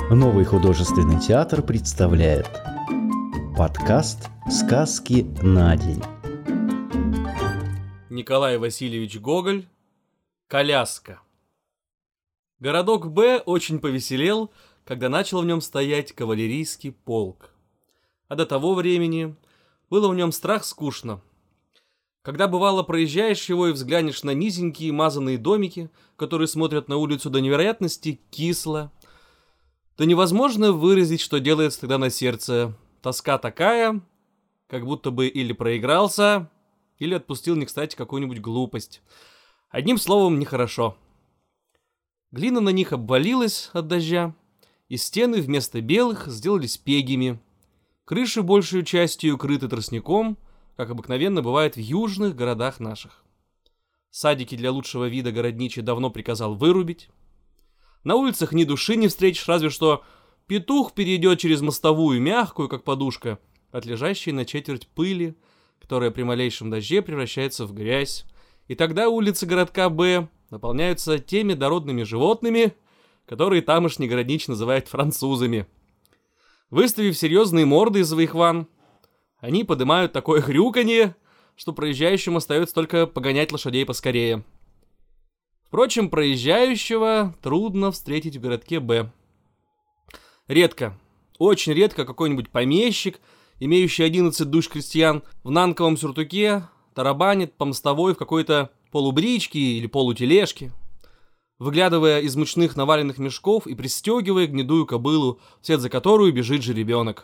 Новый художественный театр представляет подкаст «Сказки на день». Николай Васильевич Гоголь. Коляска. Городок Б очень повеселел, когда начал в нем стоять кавалерийский полк. А до того времени было в нем страх скучно. Когда бывало проезжаешь его и взглянешь на низенькие мазанные домики, которые смотрят на улицу до невероятности кисло, то невозможно выразить, что делается тогда на сердце. Тоска такая, как будто бы или проигрался, или отпустил не кстати какую-нибудь глупость. Одним словом, нехорошо. Глина на них обвалилась от дождя, и стены вместо белых сделались пегими. Крыши большей частью укрыты тростником, как обыкновенно бывает в южных городах наших. Садики для лучшего вида городничий давно приказал вырубить. На улицах ни души не встретишь, разве что петух перейдет через мостовую, мягкую, как подушка, от лежащей на четверть пыли, которая при малейшем дожде превращается в грязь. И тогда улицы городка Б наполняются теми дородными животными, которые тамошний городничий называет французами. Выставив серьезные морды из своих ван, они поднимают такое хрюканье, что проезжающим остается только погонять лошадей поскорее. Впрочем, проезжающего трудно встретить в городке Б. Редко, очень редко какой-нибудь помещик, имеющий 11 душ крестьян, в нанковом сюртуке тарабанит по мостовой в какой-то полубричке или полутележке, выглядывая из мучных наваленных мешков и пристегивая гнедую кобылу, вслед за которую бежит жеребенок.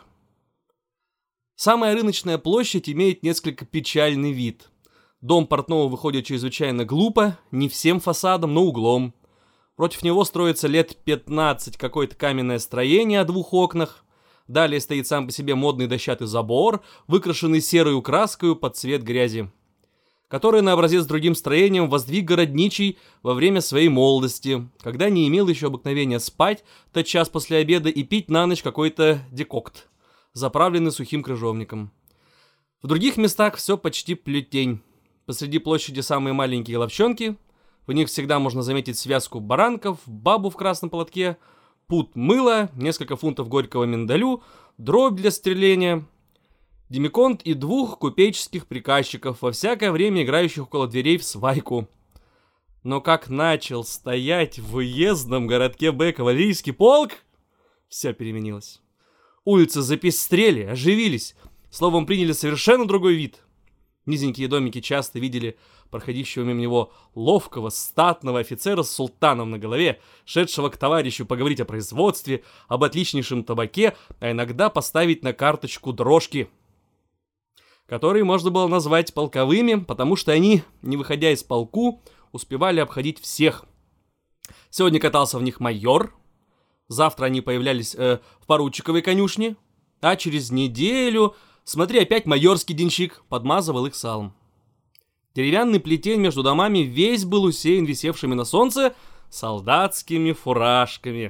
Самая рыночная площадь имеет несколько печальный вид. Дом портного выходит чрезвычайно глупо, не всем фасадом, но углом. Против него строится лет 15 какое-то каменное строение о 2 окнах. Далее стоит сам по себе модный дощатый забор, выкрашенный серой краской под цвет грязи, который на образец с другим строением воздвиг городничий во время своей молодости, когда не имел еще обыкновения спать тотчас после обеда и пить на ночь какой-то декокт, заправленный сухим крыжовником. В других местах все почти плетень. Посреди площади самые маленькие ловчонки. В них всегда можно заметить связку баранков, бабу в красном платке, пуд мыла, несколько фунтов горького миндалю, дробь для стреления, демиконт и 2 купеческих приказчиков, во всякое время играющих около дверей в свайку. Но как начал стоять в уездном городке Б кавалерийский полк, все переменилось. Улицы запестрели, оживились, словом, приняли совершенно другой вид. Низенькие домики часто видели проходящего мимо него ловкого, статного офицера с султаном на голове, шедшего к товарищу поговорить о производстве, об отличнейшем табаке, а иногда поставить на карточку дрожки, которые можно было назвать полковыми, потому что они, не выходя из полку, успевали обходить всех. Сегодня катался в них майор, завтра они появлялись в поручиковой конюшне, а через неделю... Смотри, опять майорский денщик подмазывал их салом. Деревянный плетень между домами весь был усеян висевшими на солнце солдатскими фуражками.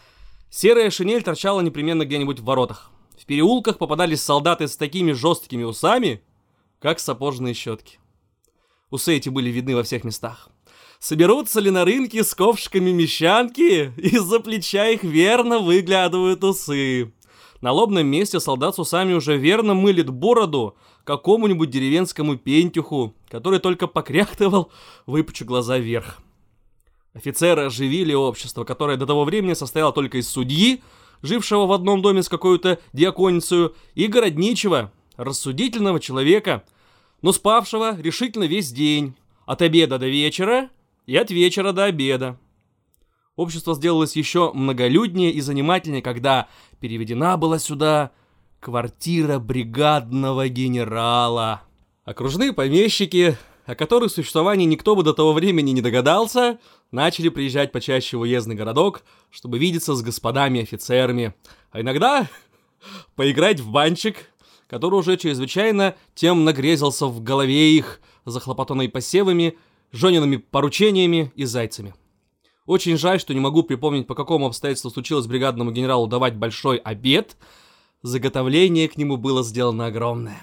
Серая шинель торчала непременно где-нибудь в воротах. В переулках попадались солдаты с такими жесткими усами, как сапожные щетки. Усы эти были видны во всех местах. Соберутся ли на рынке с ковшиками мещанки, из-за плеча их верно выглядывают усы. На лобном месте солдат с усами уже верно мылит бороду какому-нибудь деревенскому пентюху, который только покряхтывал, выпучу глаза вверх. Офицеры оживили общество, которое до того времени состояло только из судьи, жившего в одном доме с какой-то диаконицей, и городничего, рассудительного человека, но спавшего решительно весь день, от обеда до вечера и от вечера до обеда. Общество сделалось еще многолюднее и занимательнее, когда переведена была сюда квартира бригадного генерала. Окружные помещики, о которых существовании никто бы до того времени не догадался, начали приезжать почаще в уездный городок, чтобы видеться с господами офицерами, а иногда поиграть в банчик, который уже чрезвычайно тем нагрезился в голове их, захлопотанной посевами, жёниными поручениями и зайцами. Очень жаль, что не могу припомнить, по какому обстоятельству случилось бригадному генералу давать большой обед. Заготовление к нему было сделано огромное.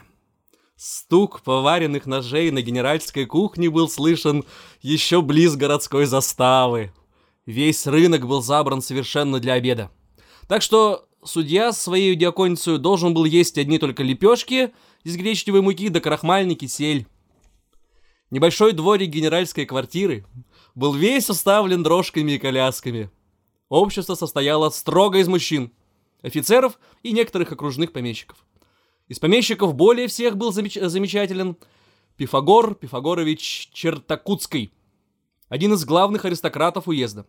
Стук поваренных ножей на генеральской кухне был слышен еще близ городской заставы. Весь рынок был забран совершенно для обеда. Так что судья своей диаконицей должен был есть одни только лепешки из гречневой муки да крахмальный кисель. Небольшой дворик генеральской квартиры был весь уставлен дрожками и колясками. Общество состояло строго из мужчин, офицеров и некоторых окружных помещиков. Из помещиков более всех был замечателен Пифагор Пифагорович Чертакутский, один из главных аристократов уезда.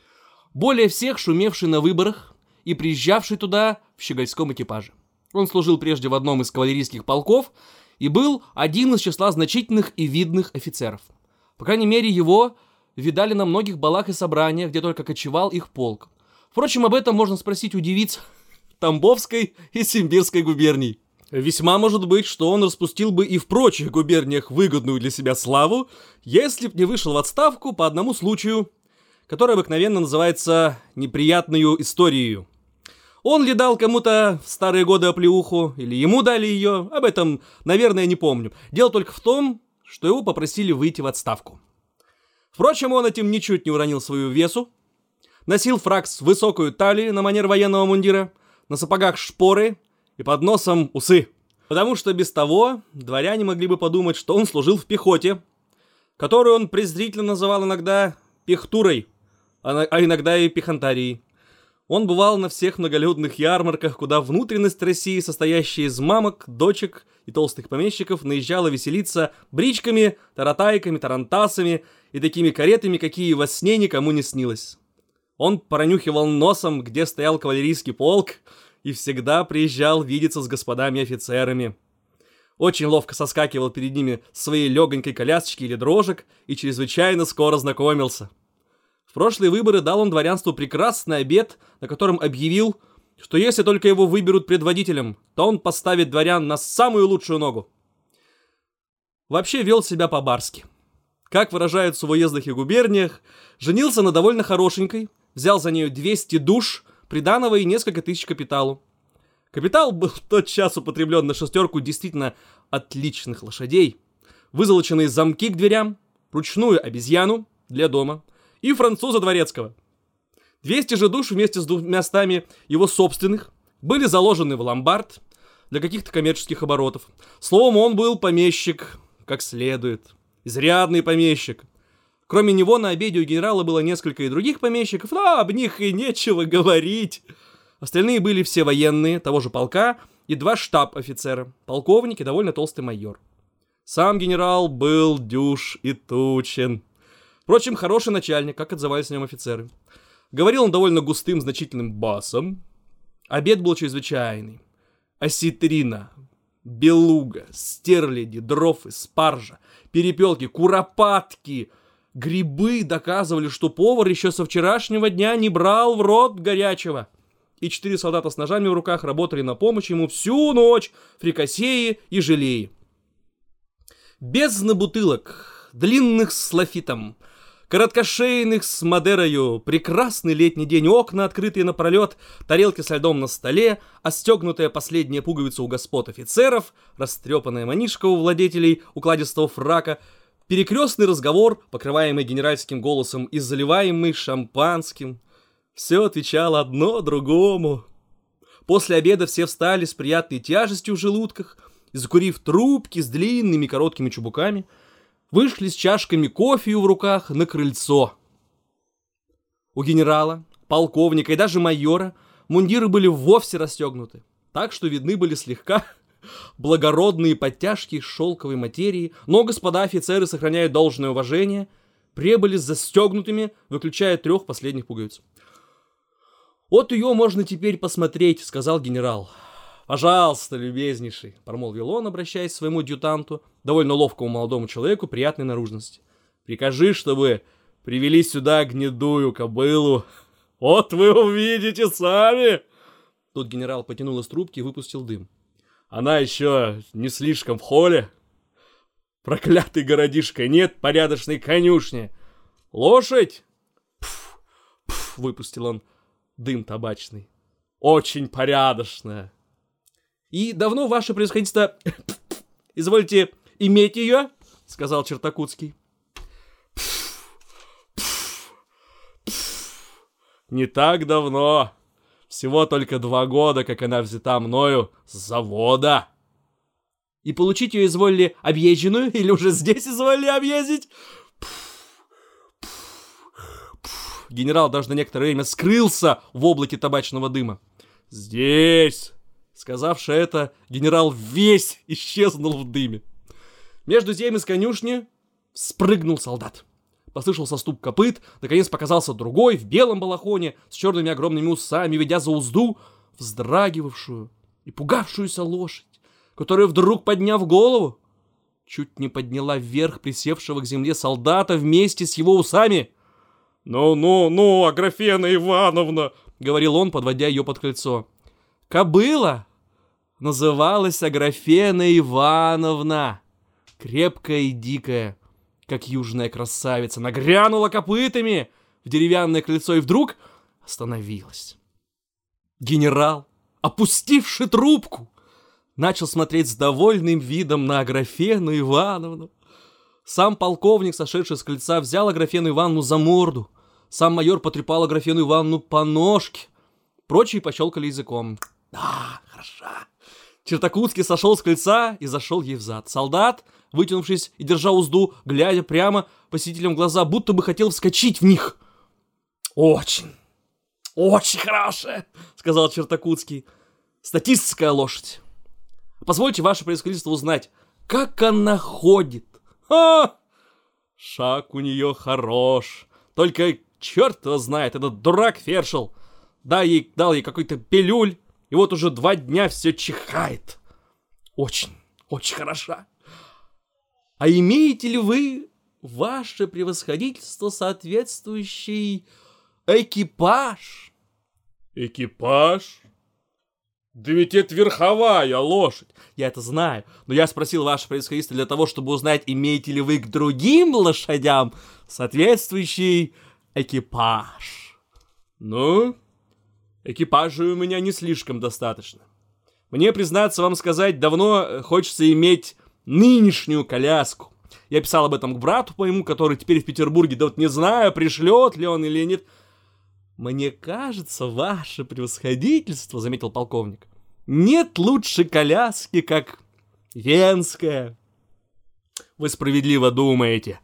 Более всех шумевший на выборах и приезжавший туда в щегольском экипаже. Он служил прежде в одном из кавалерийских полков и был один из числа значительных и видных офицеров. По крайней мере, его видали на многих балах и собраниях, где только кочевал их полк. Впрочем, об этом можно спросить у девиц Тамбовской и Симбирской губерний. Весьма может быть, что он распустил бы и в прочих губерниях выгодную для себя славу, если б не вышел в отставку по одному случаю, который обыкновенно называется неприятную историей. Он ли дал кому-то в старые годы оплеуху, или ему дали ее, об этом, наверное, не помню. Дело только в том, что его попросили выйти в отставку. Впрочем, он этим ничуть не уронил свою весу. Носил фрак с высокой талией на манер военного мундира, на сапогах шпоры и под носом усы. Потому что без того дворяне могли бы подумать, что он служил в пехоте, которую он презрительно называл иногда пехтурой, а иногда и пехантарией. Он бывал на всех многолюдных ярмарках, куда внутренность России, состоящая из мамок, дочек и толстых помещиков, наезжала веселиться бричками, таратайками, тарантасами и такими каретами, какие во сне никому не снилось. Он пронюхивал носом, где стоял кавалерийский полк, и всегда приезжал видеться с господами офицерами. Очень ловко соскакивал перед ними своей легонькой колясочки или дрожек и чрезвычайно скоро знакомился. В прошлые выборы дал он дворянству прекрасный обет, на котором объявил, что если только его выберут предводителем, то он поставит дворян на самую лучшую ногу. Вообще вел себя по-барски. Как выражаются в уездах и губерниях, женился на довольно хорошенькой, взял за нее 200 душ, приданого и несколько тысяч капиталу. Капитал был в тот час употреблен на 6 действительно отличных лошадей, вызолоченные замки к дверям, ручную обезьяну для дома и француза дворецкого. 200 же душ вместе с 200 его собственных были заложены в ломбард для каких-то коммерческих оборотов. Словом, он был помещик как следует. Изрядный помещик. Кроме него на обеде у генерала было несколько и других помещиков, но об них и нечего говорить. Остальные были все военные того же полка и 2 штаб-офицера, полковник и довольно толстый майор. Сам генерал был дюж и тучен. Впрочем, хороший начальник, как отзывались о нем офицеры. Говорил он довольно густым, значительным басом. Обед был чрезвычайный. Осетрина, белуга, стерляди, дрофы, спаржа, перепелки, куропатки, грибы доказывали, что повар еще со вчерашнего дня не брал в рот горячего. И 4 солдата с ножами в руках работали на помощь ему всю ночь, фрикасеи и желеи. Бездна бутылок, длинных с лафитом, короткошейных с мадерою, прекрасный летний день, окна открытые напролет, тарелки со льдом на столе, остегнутая последняя пуговица у господ офицеров, растрепанная манишка у владетелей укладистого фрака, перекрестный разговор, покрываемый генеральским голосом и заливаемый шампанским. Все отвечало одно другому. После обеда все встали с приятной тяжестью в желудках и, закурив трубки с длинными короткими чубуками, вышли с чашками кофею в руках на крыльцо. У генерала, полковника и даже майора мундиры были вовсе расстегнуты, так что видны были слегка благородные подтяжки из шелковой материи, но господа офицеры, сохраняя должное уважение, прибыли с застегнутыми, выключая 3 последних пуговиц. «Вот ее можно теперь посмотреть», — сказал генерал. «Пожалуйста, любезнейший», — промолвил он, обращаясь к своему адъютанту, довольно ловкому молодому человеку приятной наружности. «Прикажи, чтобы привели сюда гнедую кобылу. Вот вы увидите сами!» Тут генерал потянул из трубки и выпустил дым. «Она еще не слишком в холле. Проклятый городишко, нет порядочной конюшни. Лошадь!» «Пф, пф», — выпустил он дым табачный. «Очень порядочная. И давно, ваше превосходительство, извольте иметь ее?» — сказал Чертакутский. «Не так давно. В Всего только 2 года, как она взята мною с завода. И получить ее изволили объезженную, или уже здесь изволили объездить? Генерал даже на некоторое время скрылся в облаке табачного дыма. «Здесь!» Сказавши это, генерал весь исчезнул в дыме. Между тем из конюшни спрыгнул солдат. Послышался стук копыт, наконец показался другой, в белом балахоне, с черными огромными усами, ведя за узду вздрагивавшую и пугавшуюся лошадь, которая вдруг, подняв голову, чуть не подняла вверх присевшего к земле солдата вместе с его усами. «Ну, Аграфена Ивановна!» — говорил он, подводя ее под крыльцо. Кобыла называлась Аграфена Ивановна, крепкая и дикая, как южная красавица, нагрянула копытами в деревянное крыльцо и вдруг остановилась. Генерал, опустивший трубку, начал смотреть с довольным видом на Аграфену Ивановну. Сам полковник, сошедший с крыльца, взял Аграфену Ивановну за морду. Сам майор потрепал Аграфену Ивановну по ножке. Прочие пощелкали языком. «Да, хороша». Чертакутский сошел с крыльца и зашел ей взад. Солдат, вытянувшись и держа узду, глядя прямо посетителям в глаза, будто бы хотел вскочить в них. «Очень хорошая», — сказал Чертакутский. «Статистская лошадь. Позвольте, ваше превосходительство, узнать, как она ходит». Шаг у нее хорош. Только черт его знает, этот дурак Фершел дал ей какой-то пилюль, и вот уже 2 дня все чихает. Очень хороша. А имеете ли вы, ваше превосходительство, соответствующий экипаж? Экипаж? Да ведь это верховая лошадь. Я это знаю, но я спросил ваше превосходительство для того, чтобы узнать, имеете ли вы к другим лошадям соответствующий экипаж. Ну, экипажа у меня не слишком достаточно. Мне, признаться вам сказать, давно хочется иметь нынешнюю коляску. Я писал об этом к брату моему, который теперь в Петербурге, да вот не знаю, пришлет ли он или нет. «Мне кажется, ваше превосходительство, — заметил полковник, — нет лучше коляски, как венская». Вы справедливо думаете.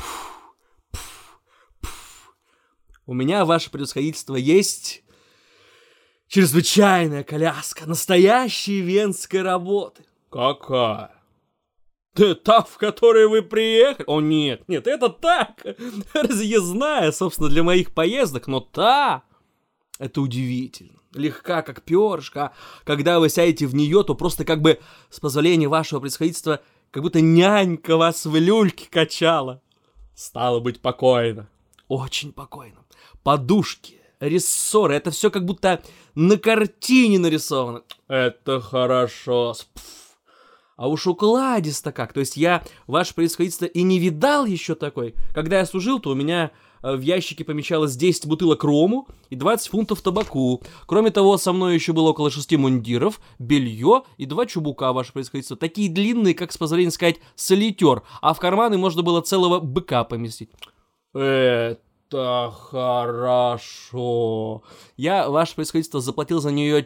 У меня, ваше превосходительство, есть чрезвычайная коляска, настоящей венской работы. Какая? Та, в которой вы приехали? О, нет, это так, разъездная, собственно, для моих поездок, но это удивительно. Легка, как перышко, а когда вы сядете в нее, то просто как бы, с позволения вашего превосходительства, как будто нянька вас в люльке качала. Стало быть, покойно. Очень покойно. Подушки, рессоры, это все как будто на картине нарисовано. Это хорошо. А уж укладисто как. То есть я, ваше превосходительство, и не видал еще такой. Когда я служил, то у меня в ящике помещалось 10 бутылок рому и 20 фунтов табаку. Кроме того, со мной еще было около 6 мундиров, белье и 2 чубука, ваше превосходительство. Такие длинные, как, с позволения сказать, солитер. А в карманы можно было целого быка поместить. Это хорошо. Я, ваше превосходительство, заплатил за нее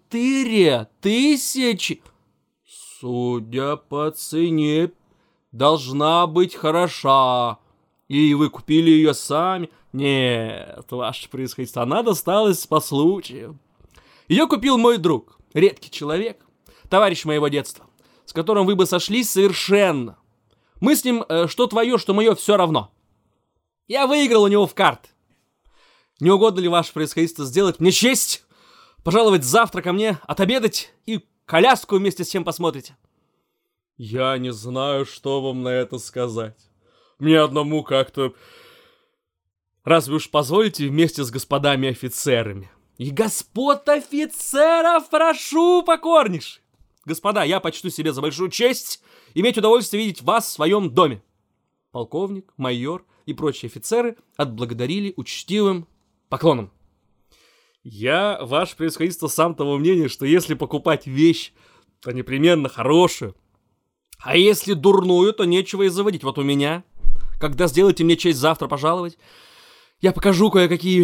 4000. Судя по цене, должна быть хороша. И вы купили ее сами? Нет, ваше превосходительство, она досталась по случаю. Ее купил мой друг, редкий человек, товарищ моего детства, с которым вы бы сошлись совершенно. Мы с ним, что твое, что мое, все равно. Я выиграл у него в карты. Не угодно ли, ваше превосходительство, сделать мне честь, пожаловать завтра ко мне, отобедать и коляску вместе с чем посмотрите? Я не знаю, что вам на это сказать. Мне одному как-то... Разве уж позволите вместе с господами офицерами? И господ офицеров прошу покорнейше. Господа, я почту себе за большую честь иметь удовольствие видеть вас в своем доме. Полковник, майор и прочие офицеры отблагодарили учтивым поклоном. Я, ваше превосходительство, сам того мнения, что если покупать вещь, то непременно хорошую, а если дурную, то нечего и заводить. Вот у меня, когда сделаете мне честь завтра пожаловать, я покажу кое-какие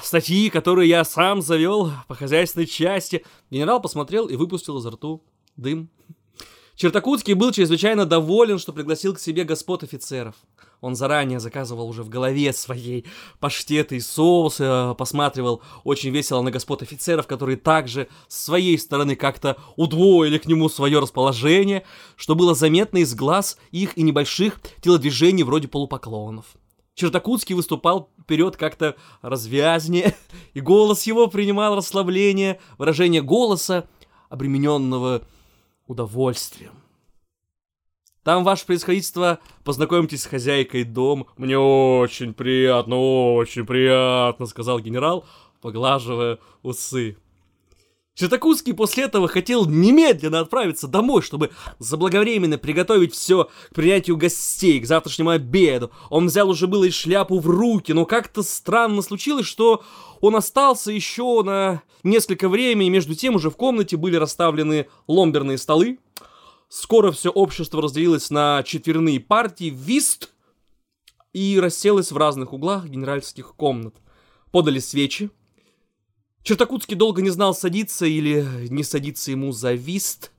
статьи, которые я сам завел по хозяйственной части». Генерал посмотрел и выпустил изо рту дым. Чертакутский был чрезвычайно доволен, что пригласил к себе господ офицеров. Он заранее заказывал уже в голове своей паштеты и соусы, посматривал очень весело на господ офицеров, которые также с своей стороны как-то удвоили к нему свое расположение, что было заметно из глаз их и небольших телодвижений вроде полупоклонов. Чертакутский выступал вперед как-то развязнее, и голос его принимал расслабление, выражение голоса, обремененного удовольствием. «Там, ваше происходительство, познакомьтесь с хозяйкой дома». «Мне очень приятно», — сказал генерал, поглаживая усы. Чертакутский после этого хотел немедленно отправиться домой, чтобы заблаговременно приготовить все к принятию гостей, к завтрашнему обеду. Он взял уже было и шляпу в руки, но как-то странно случилось, что он остался еще на несколько времени, и между тем уже в комнате были расставлены ломберные столы. Скоро все общество разделилось на четверные партии вист и расселось в разных углах генеральских комнат. Подали свечи. Чертакутский долго не знал, садиться или не садиться ему за вист.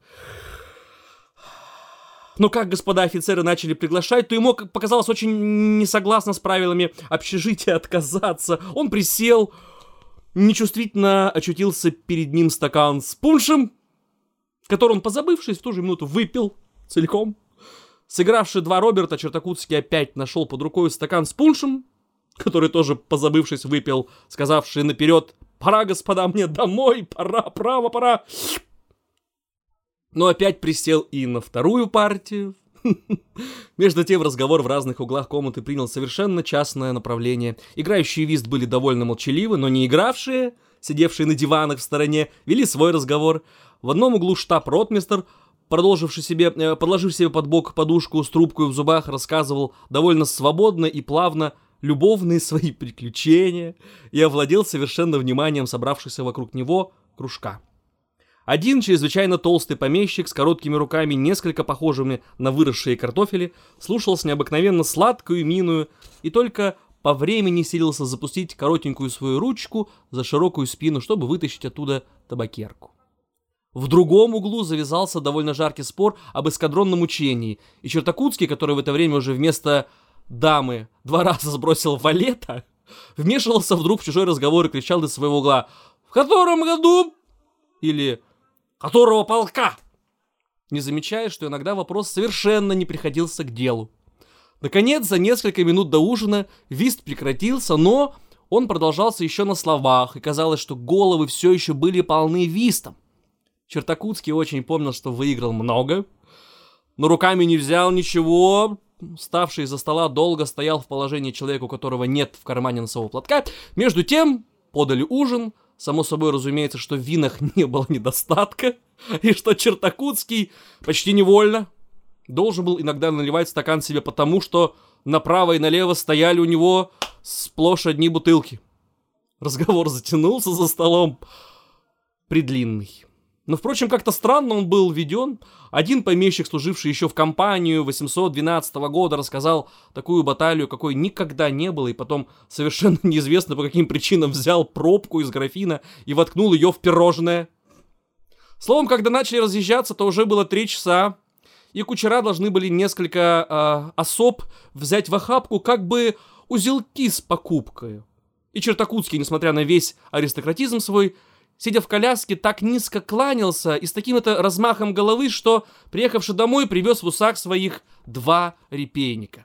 Но как господа офицеры начали приглашать, то ему показалось очень несогласно с правилами общежития отказаться. Он присел, нечувствительно очутился перед ним стакан с пуншем, который он, позабывшись, в ту же минуту выпил целиком. Сыгравший два Роберта, Чертакутский опять нашел под рукой стакан с пуншем, который тоже, позабывшись, выпил, сказавший наперед: «Пора, господа, мне домой, пора». Но опять присел и на вторую партию. Между тем разговор в разных углах комнаты принял совершенно частное направление. Играющие вист были довольно молчаливы, но не игравшие, сидевшие на диванах в стороне, вели свой разговор. В одном углу штаб-ротмистр, подложив себе под бок подушку с трубкой в зубах, рассказывал довольно свободно и плавно любовные свои приключения и овладел совершенно вниманием собравшихся вокруг него кружка. Один чрезвычайно толстый помещик с короткими руками, несколько похожими на выросшие картофели, слушал с необыкновенно сладкую миною и только по времени силился запустить коротенькую свою ручку за широкую спину, чтобы вытащить оттуда табакерку. В другом углу завязался довольно жаркий спор об эскадронном учении, и Чертакутский, который в это время уже вместо дамы 2 раза сбросил валета, вмешивался вдруг в чужой разговор и кричал из своего угла: «В котором году?» или «Которого полка?», не замечая, что иногда вопрос совершенно не приходился к делу. Наконец, за несколько минут до ужина вист прекратился, но он продолжался еще на словах, и казалось, что головы все еще были полны вистом. Чертакутский очень помнил, что выиграл много, но руками не взял ничего. Вставший из-за стола долго стоял в положении человека, у которого нет в кармане носового платка. Между тем подали ужин. Само собой разумеется, что в винах не было недостатка, и что Чертакутский почти невольно должен был иногда наливать стакан себе потому, что направо и налево стояли у него сплошь одни бутылки. Разговор затянулся за столом предлинный. Но, впрочем, как-то странно он был веден. Один помещик, служивший еще в кампанию 812 года, рассказал такую баталию, какой никогда не было, и потом совершенно неизвестно по каким причинам взял пробку из графина и воткнул ее в пирожное. Словом, когда начали разъезжаться, то уже было 3 часа, и кучера должны были несколько особ взять в охапку как бы узелки с покупкой. И Чертакутский, несмотря на весь аристократизм свой, сидя в коляске, так низко кланялся и с таким-то размахом головы, что, приехавши домой, привез в усах своих 2 репейника.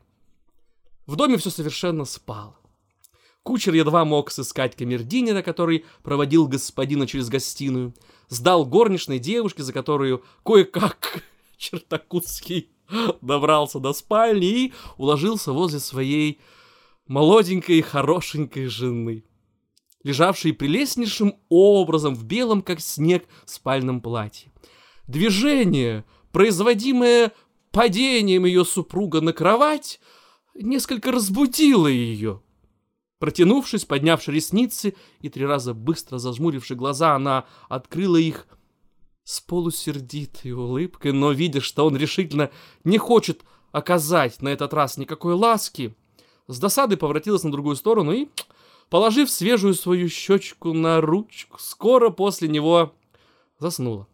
В доме все совершенно спало. Кучер едва мог сыскать камердинера, который проводил господина через гостиную, сдал горничной девушке, за которую кое-как Чертакутский добрался до спальни и уложился возле своей молоденькой и хорошенькой жены, лежавшей прелестнейшим образом в белом, как снег, спальном платье. Движение, производимое падением ее супруга на кровать, несколько разбудило ее. Протянувшись, поднявши ресницы и 3 раза быстро зажмуривши глаза, она открыла их с полусердитой улыбкой, но, видя, что он решительно не хочет оказать на этот раз никакой ласки, с досадой поворотилась на другую сторону и положив свежую свою щечку на ручку, скоро после него заснула.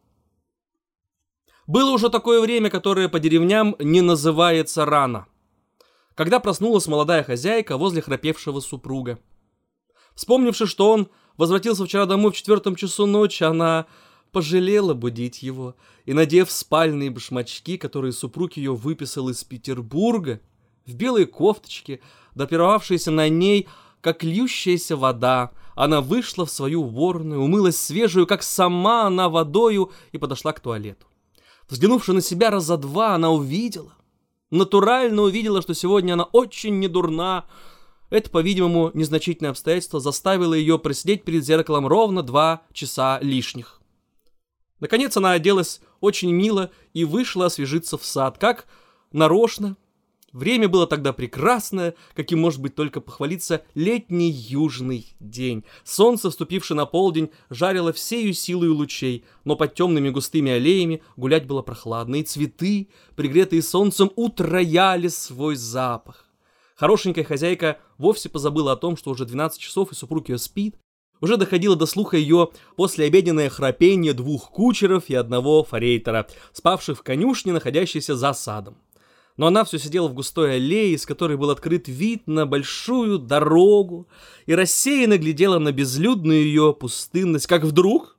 Было уже такое время, которое по деревням не называется рано, когда проснулась молодая хозяйка возле храпевшего супруга. Вспомнивши, что он возвратился вчера домой в 4 часу ночи, она пожалела будить его и, надев спальные башмачки, которые супруг ее выписал из Петербурга, в белой кофточке, допировавшейся на ней, как льющаяся вода, она вышла в свою уборную, умылась свежую, как сама она, водою, и подошла к туалету. Взглянувши на себя раза два, она натурально увидела, что сегодня она очень недурна. Это, по-видимому, незначительное обстоятельство заставило ее просидеть перед зеркалом ровно 2 часа лишних. Наконец она оделась очень мило и вышла освежиться в сад, как нарочно. Время было тогда прекрасное, каким может быть только похвалиться летний южный день. Солнце, вступившее на полдень, жарило всею силою лучей, но под темными густыми аллеями гулять было прохладно, и цветы, пригретые солнцем, утрояли свой запах. Хорошенькая хозяйка вовсе позабыла о том, что уже 12 часов и супруг ее спит. Уже доходило до слуха ее послеобеденное храпение 2 кучеров и 1 форейтора, спавших в конюшне, находящейся за садом. Но она все сидела в густой аллее, из которой был открыт вид на большую дорогу, и рассеянно глядела на безлюдную ее пустынность, как вдруг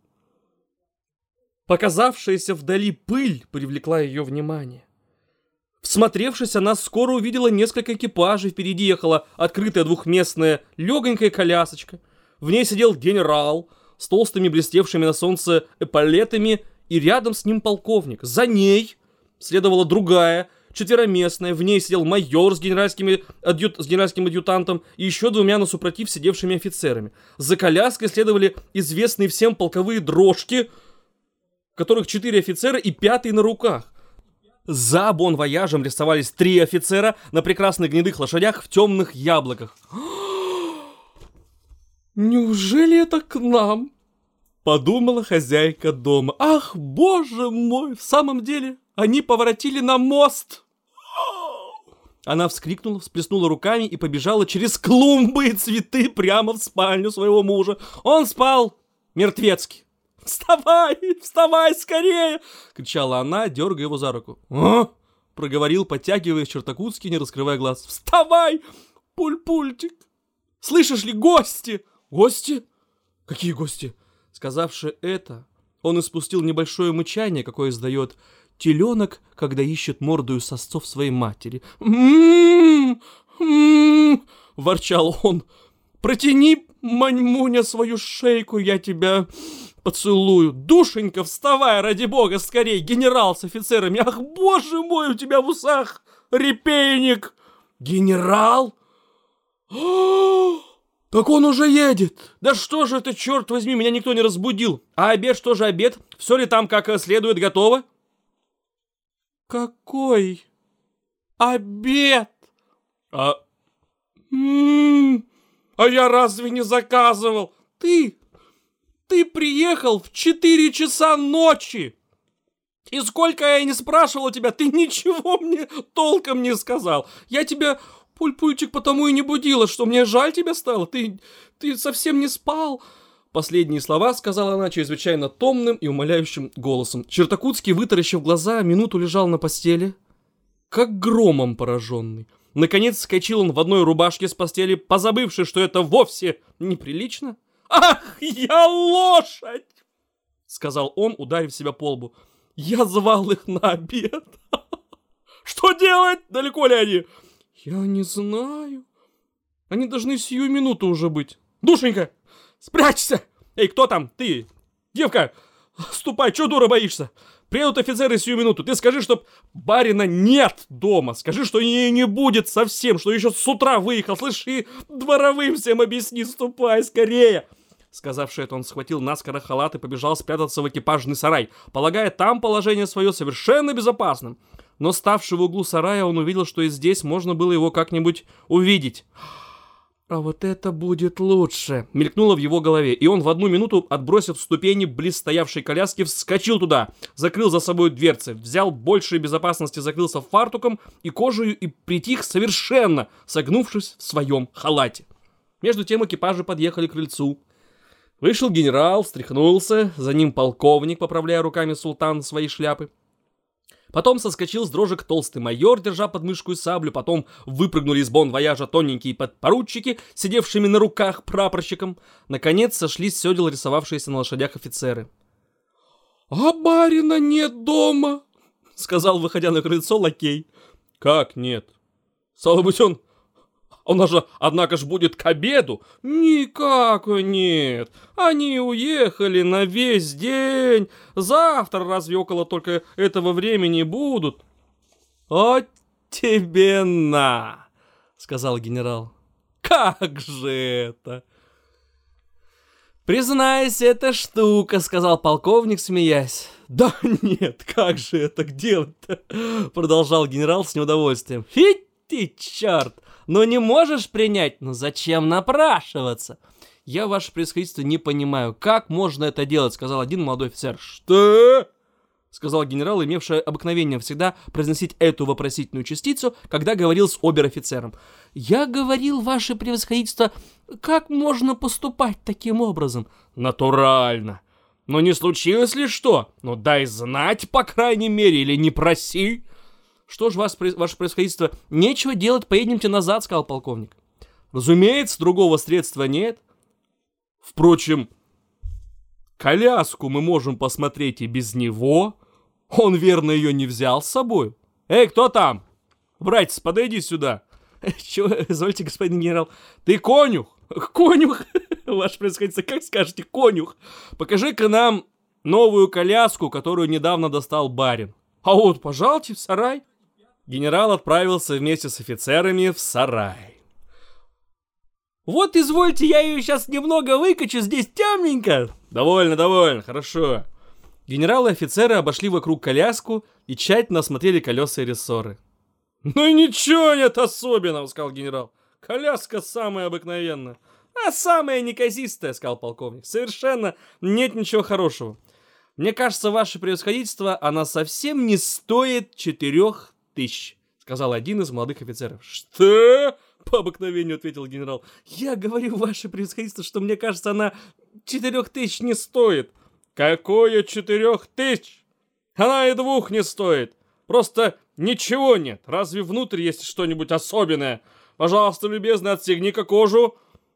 показавшаяся вдали пыль привлекла ее внимание. Всмотревшись, она скоро увидела несколько экипажей, впереди ехала открытая 2-местная легонькая колясочка, в ней сидел генерал с толстыми блестевшими на солнце эполетами, и рядом с ним полковник. За ней следовала другая, 4-местная, в ней сидел майор с генеральским адъютантом и еще 2 насупротив сидевшими офицерами. За коляской следовали известные всем полковые дрожки, которых 4 офицера и 5-й на руках. За бон-вояжем рисовались 3 офицера на прекрасных гнедых лошадях в темных яблоках. «Неужели это к нам?» — подумала хозяйка дома. «Ах, боже мой, в самом деле они поворотили на мост!» Она вскрикнула, всплеснула руками и побежала через клумбы и цветы прямо в спальню своего мужа. Он спал мертвецки. «Вставай, вставай скорее!» — кричала она, дергая его за руку. «А?» — проговорил, подтягиваясь Чертакутский, не раскрывая глаз. «Вставай, Пульпультик! Слышишь ли, гости!» «Гости? Какие гости?» Сказавши это, он испустил небольшое мычание, какое издает теленок, когда ищет мордою сосцов своей матери. Ворчал он. «Протяни, Маньмуня, свою шейку, я тебя поцелую. Душенька, вставай, ради бога, скорей, генерал с офицерами. Ах, боже мой, у тебя в усах репейник!» «Генерал? Так он уже едет. Да что же это, черт возьми, меня никто не разбудил. А обед, что же обед? Все ли там как следует готово?» «Какой обед? А я разве не заказывал? Ты приехал в 4 часа ночи. И сколько я не спрашивал у тебя, ты ничего мне толком не сказал. Я тебя, Пульпульчик, потому и не будила, что мне жаль тебя стало. Ты совсем не спал». Последние слова сказала она чрезвычайно томным и умоляющим голосом. Чертакутский, вытаращив глаза, минуту лежал на постели, как громом пораженный. Наконец вскочил он в одной рубашке с постели, позабывши, что это вовсе неприлично. «Ах, я лошадь!» — сказал он, ударив себя по лбу. «Я звал их на обед. Что делать? Далеко ли они?» «Я не знаю. Они должны сию минуту уже быть. Душенька, спрячься! Эй, кто там? Ты, девка, ступай, чё дура боишься? Приедут офицеры сию минуту. Ты скажи, чтоб барина нет дома. Скажи, что ее не будет совсем, что еще с утра выехал. Слышь, и дворовым всем объясни, ступай скорее!» Сказавши это, он схватил наскоро халат и побежал спрятаться в экипажный сарай, полагая там положение свое совершенно безопасным. Но, ставший в углу сарая, он увидел, что и здесь можно было его как-нибудь увидеть. «А вот это будет лучше!» — мелькнуло в его голове, и он в 1 минуту, отбросив ступени близ стоявшей коляски, вскочил туда, закрыл за собой дверцы, взял большей безопасности, закрылся фартуком и кожею и притих совершенно, согнувшись в своем халате. Между тем экипажи подъехали к крыльцу. Вышел генерал, встряхнулся, за ним полковник, поправляя руками султан свои шляпы. Потом соскочил с дрожек толстый майор, держа под мышку и саблю. Потом выпрыгнули из бон-вояжа тоненькие подпоручики, сидевшими на руках прапорщиком. Наконец сошлись с седел рисовавшиеся на лошадях офицеры. «А барина нет дома!» — сказал, выходя на крыльцо, лакей. «Как нет? Стало быть, он же, однако ж, будет к обеду?» «Никак нет. Они уехали на весь день. Завтра разве около только этого времени будут?» «О тебе на!» — сказал генерал. «Как же это?» «Признайся, это штука», — сказал полковник, смеясь. «Да нет, как же это делать-то?» — продолжал генерал с неудовольствием. «Фить ты, черт! Ну не можешь принять? Ну зачем напрашиваться?» «Я, ваше превосходительство, не понимаю, как можно это делать», — сказал один молодой офицер. «Что?» — сказал генерал, имевший обыкновение всегда произносить эту вопросительную частицу, когда говорил с обер-офицером. «Я говорил, ваше превосходительство, как можно поступать таким образом?» «Натурально. Но не случилось ли что? Ну дай знать, по крайней мере, или не проси». «Что ж, ваше превосходительство, нечего делать, поедемте назад», — сказал полковник. «Разумеется, другого средства нет. Впрочем, коляску мы можем посмотреть и без него. Он, верно, ее не взял с собой. Эй, кто там? Братец, подойди сюда». «Чего, извольте, господин генерал, ты конюх?» «Конюх, ваше превосходительство, как скажете, конюх. Покажи-ка нам новую коляску, которую недавно достал барин». «А вот, пожалуйте, в сарай». Генерал отправился вместе с офицерами в сарай. «Вот, извольте, я ее сейчас немного выкачу, здесь темненько». «Довольно, хорошо». Генерал и офицеры обошли вокруг коляску и тщательно осмотрели колеса и рессоры. «Ну и ничего нет особенного», — сказал генерал. «Коляска самая обыкновенная». «А самая неказистая», — сказал полковник. «Совершенно нет ничего хорошего. Мне кажется, ваше превосходительство, она совсем не стоит 4000, сказал один из молодых офицеров. «Что?» — по обыкновению ответил генерал. «Я говорю, ваше превосходительство, что мне кажется, она 4000 не стоит». «Какое 4000? Она и 2 не стоит. Просто ничего нет. Разве внутрь есть что-нибудь особенное? Пожалуйста, любезно, отстегни-ка кожу».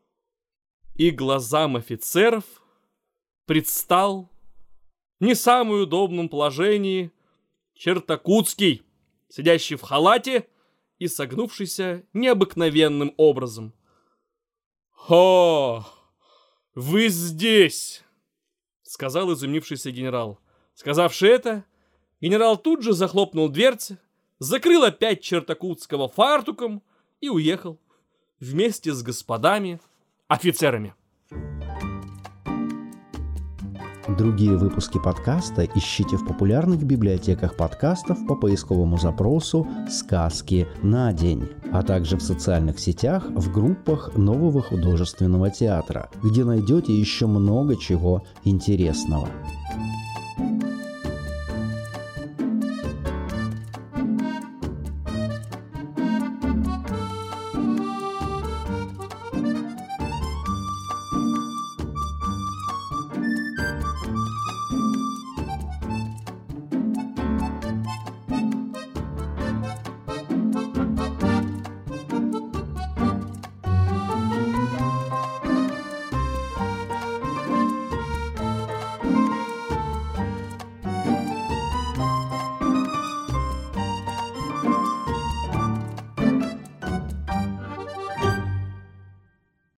И глазам офицеров предстал в не самом удобном положении Чертакутский, сидящий в халате и согнувшийся необыкновенным образом. «О, вы здесь!» — сказал изумившийся генерал. Сказавши это, генерал тут же захлопнул дверцы, закрыл опять Чертакутского фартуком и уехал вместе с господами офицерами. Другие выпуски подкаста ищите в популярных библиотеках подкастов по поисковому запросу «Сказки на день», а также в социальных сетях в группах Нового художественного театра, где найдете еще много чего интересного.